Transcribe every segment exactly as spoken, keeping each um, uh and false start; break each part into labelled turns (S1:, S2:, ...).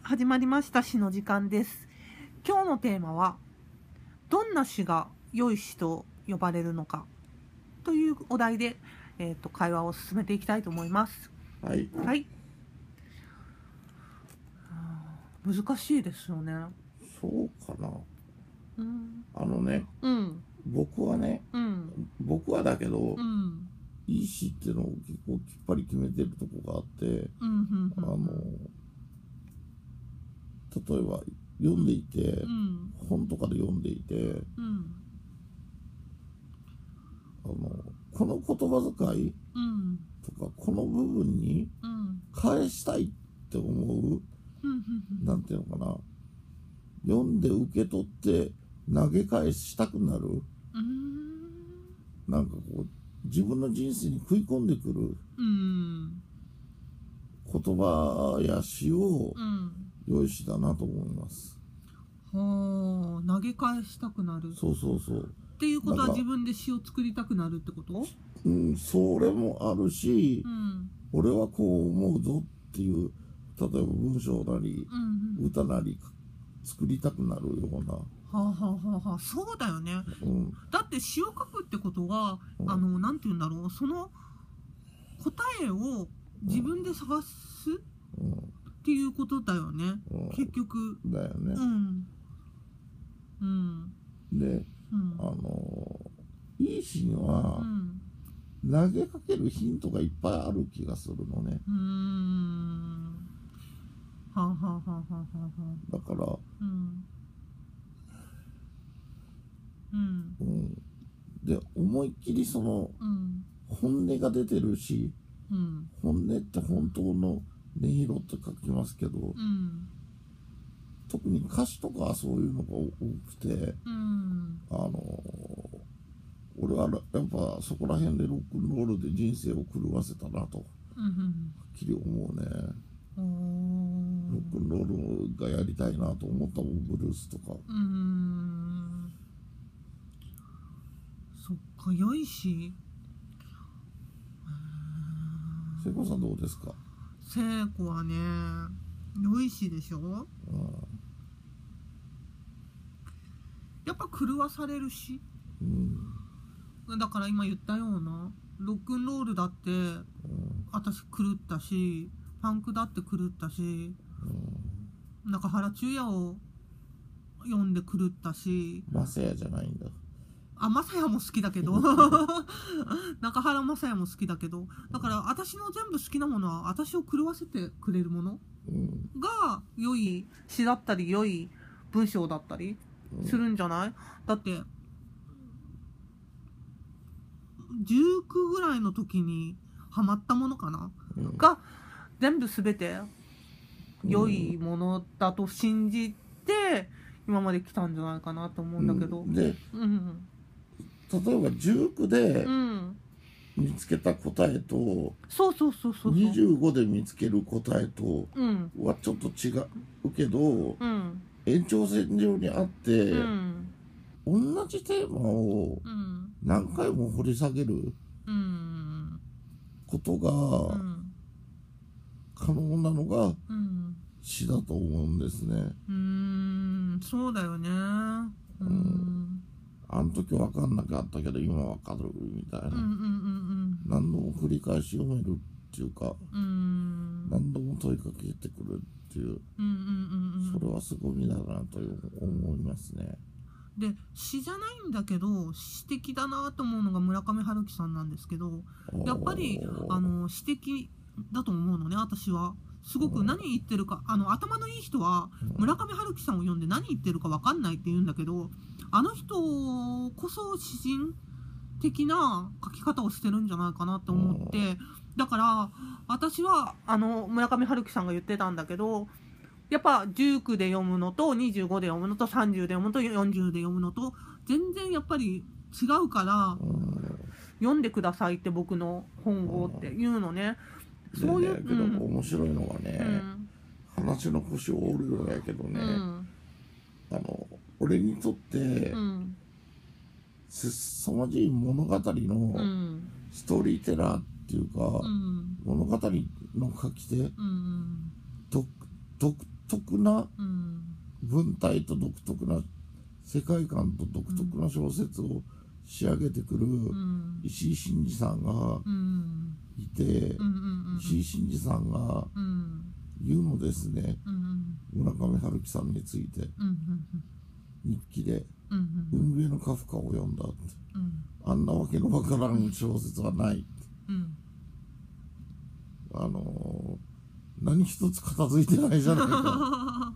S1: 始まりました詩の時間です。今日のテーマはどんな詩が良い詩と呼ばれるのかというお題で、えー、と会話を進めていきたいと思います。
S2: はい、
S1: はい、難しいですよね。
S2: そうかな、
S1: うん、
S2: あのね、
S1: うん、
S2: 僕はね、
S1: うん、
S2: 僕はだけど、
S1: うん、
S2: いい詩っていうのを結構きっぱり決めてるとこがあって、
S1: うん、
S2: あの例えば読んでいて、
S1: うん、
S2: 本とかで読んでいて、
S1: うん、
S2: あのこの言葉遣い
S1: うん、
S2: とかこの部分に
S1: うん、
S2: 返したいって思う、
S1: うん、
S2: なんていうのかな、読んで受け取って投げ返したくなる、
S1: うん、
S2: なんかこう自分の人生に食い込んでくる
S1: うん、
S2: 言葉や詩を
S1: うん、
S2: 良い詩だなと思います。
S1: はあ、投げ返したくなる。
S2: そうそうそう。
S1: っていうことは自分で詩を作りたくなるってこと？
S2: うん、それもあるし、
S1: うん、
S2: 俺はこう思うぞっていう、例えば文章なり、
S1: うん、
S2: 歌なり作りたくなるような。
S1: はあ、はあはあはあ、そうだよね。
S2: うん、
S1: だって詩を書くってことは、
S2: うん、
S1: あのなんて言うんだろう、その答えを自分で探すっていうことだよね、うん、結局。
S2: だよね。
S1: うん。うん。
S2: で、
S1: うん、
S2: あのいい詩には、
S1: うん、
S2: 投げかけるヒントがいっぱいある気がするのね。
S1: うーん。はあ、はあはあはあはあ。
S2: だから、
S1: うんうん
S2: うん、で思いっきりその、うん、本音が出てるし、うん、本音って本当の音色って書きますけど、うん、特に歌詞とかはそういうのが多くて、うん、あの俺はやっぱそこら辺でロックンロールで人生を狂わせたなと、うん、はっきり思うね。ロックンロールがやりたいなと思ったもん、ブルースとか。うーん、
S1: そっか、良いし。
S2: 聖子さんどうですか？
S1: 聖子はね、良いしでしょ。うん、やっぱ狂わされるし、うん、だから今言ったようなロックンロールだって、うん、私狂ったし、パンクだって狂ったし、うん、中原中也を読んで狂ったし。
S2: マサヤじゃないんだ。
S1: あ、マサヤも好きだけど中原マサヤも好きだけど、だから私の全部好きなものは私を狂わせてくれるものが良い詩だったり良い文章だったりするんじゃない？だってじゅうきゅうぐらいの時にハマったものかな、うん、が全部全て良いものだと信じて今まで来たんじゃないかなと思うんだけど、
S2: うん、で、うん、例えばじゅうきゅうで見つけた答えと、うん、
S1: そうそうそうそう、
S2: にじゅうごで見つける答えとはちょっと違うけど、うん、延長線上にあって、うん、同じテーマを何回も掘り下げることが可能なのが詩だと思うんですね。
S1: うーん、そうだよね。うん、うん、
S2: あの時分かんなかったけど今分かるみたいな、うんうんうんうん、何度も繰り返し読めるっていうか、うん、何度も問いかけてくるっていう、うんうんうんうん、それはすごいだなと思いますね。
S1: で、詩じゃないんだけど詩的だなと思うのが村上春樹さんなんですけど、やっぱりあの詩的だと思うのね、私は。すごく何言ってるか、あの頭のいい人は村上春樹さんを読んで何言ってるか分かんないって言うんだけど、あの人こそ詩人的な書き方をしてるんじゃないかなと思って、だから私はあの村上春樹さんが言ってたんだけど、やっぱじゅうきゅうで読むのとにじゅうごで読むのとさんじゅうで読むのとよんじゅうで読むのと全然やっぱり違うから読んでくださいって僕の本をって言うのね。
S2: そういう、ね、けど面白いのはね、うん、話の腰を折るようやけどね、うん、あの俺にとって、うん、凄まじい物語のストーリーテラーっていうか、うん、物語の書き手、うん、ドク特な文体と独特な世界観と独特な小説を仕上げてくる石井真嗣さんがいて、石井真嗣さんが言うのですね、村上春樹さんについて日記で「運命のカフカを読んだ」って、あんなわけのわからん小説はないって、あのー、何一つ片付いてないじゃないか。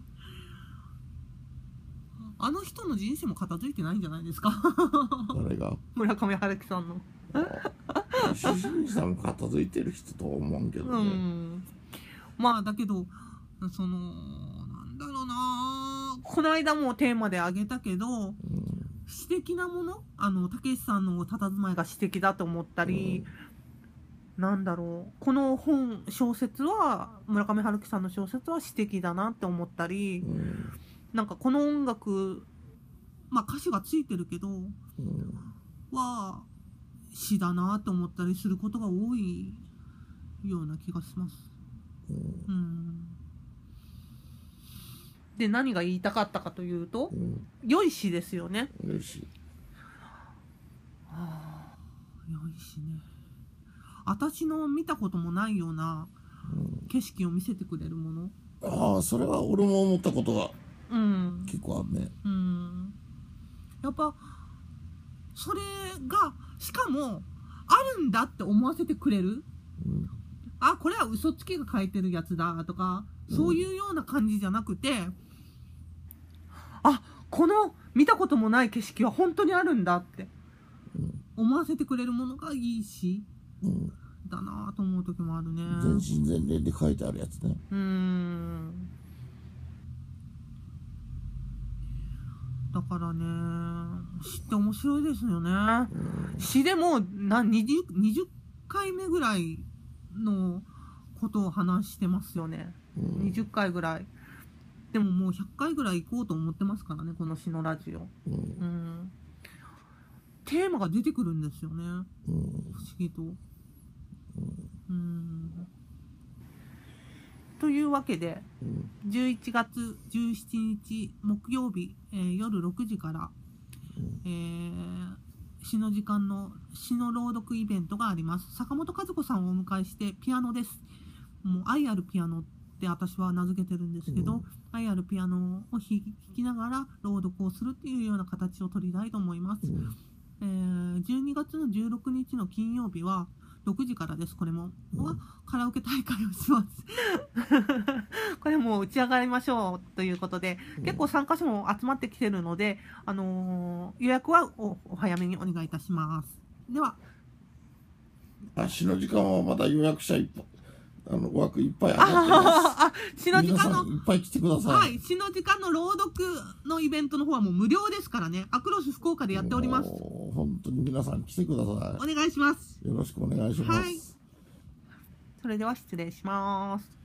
S1: あの人の人生も片付いてないんじゃないですか。
S2: 誰が？
S1: 村上春樹さんの。
S2: 石井真嗣さん片付いてる人とは思うんけどね。うん、
S1: まあだけどそのなんだろうな、この間もテーマで挙げたけど、うん、詩的なもの、あのたけしさんの佇まいが詩的だと思ったり、うん、なんだろう、この本小説は村上春樹さんの小説は詩的だなって思ったり、うん、なんかこの音楽、まあ歌詞がついてるけど、うん、は詩だなって思ったりすることが多いような気がします。うんうん、で何が言いたかったかというと、うん、良い詩ですよね。
S2: 良い詩。
S1: はあ、良い詩ね。私の見たこともないような景色を見せてくれるもの。
S2: うん、ああ、それは俺も思ったことが結構あるね。
S1: うんうん、やっぱそれがしかもあるんだって思わせてくれる。うん、あ、これは嘘つきが書いてるやつだとか、そういうような感じじゃなくて、うん、あ、この見たこともない景色は本当にあるんだって思わせてくれるものがいいし、うん、だなと思う時もあるね。
S2: 全身全霊で書いてあるやつね。
S1: うーん。だからね、詩って面白いですよね。うん、詩でもな 20, 20回目ぐらいのことを話してますよね。うん、にじゅっかいぐらい。でももうひゃっかいぐらい行こうと思ってますからね、この詩のラジオ。うんうん、テーマが出てくるんですよね。うん、不思議と。うんうん、というわけで、うん、じゅういちがつじゅうしちにち木曜日、えー、夜ろくじから、うんえー、詩の時間の詩の朗読イベントがあります。坂本和子さんをお迎えしてピアノです。もう愛あるピアノって私は名付けてるんですけど、うん、愛あるピアノを弾きながら朗読をするっていうような形を取りたいと思います。うんえー、じゅうにがつのじゅうろくにちの金曜日はろくじからです。これも、うん、はカラオケ大会をしますこれも打ち上がりましょうということで、うん、結構参加者も集まってきてるので、あのー、予約は お, お早めにお願いいたします。では、
S2: あ、詩の時間はまだ予約者いっぱい、あの枠いっぱい上がってます。あ、
S1: 詩の時間の
S2: いっぱい来てください。
S1: はい、詩の時間の朗読のイベントの方はもう無料ですからね。アクロス福岡でやっております。
S2: 本当に皆さん来てくださ
S1: い。お願いします。
S2: よろしくお願いします。はい。
S1: それでは失礼します。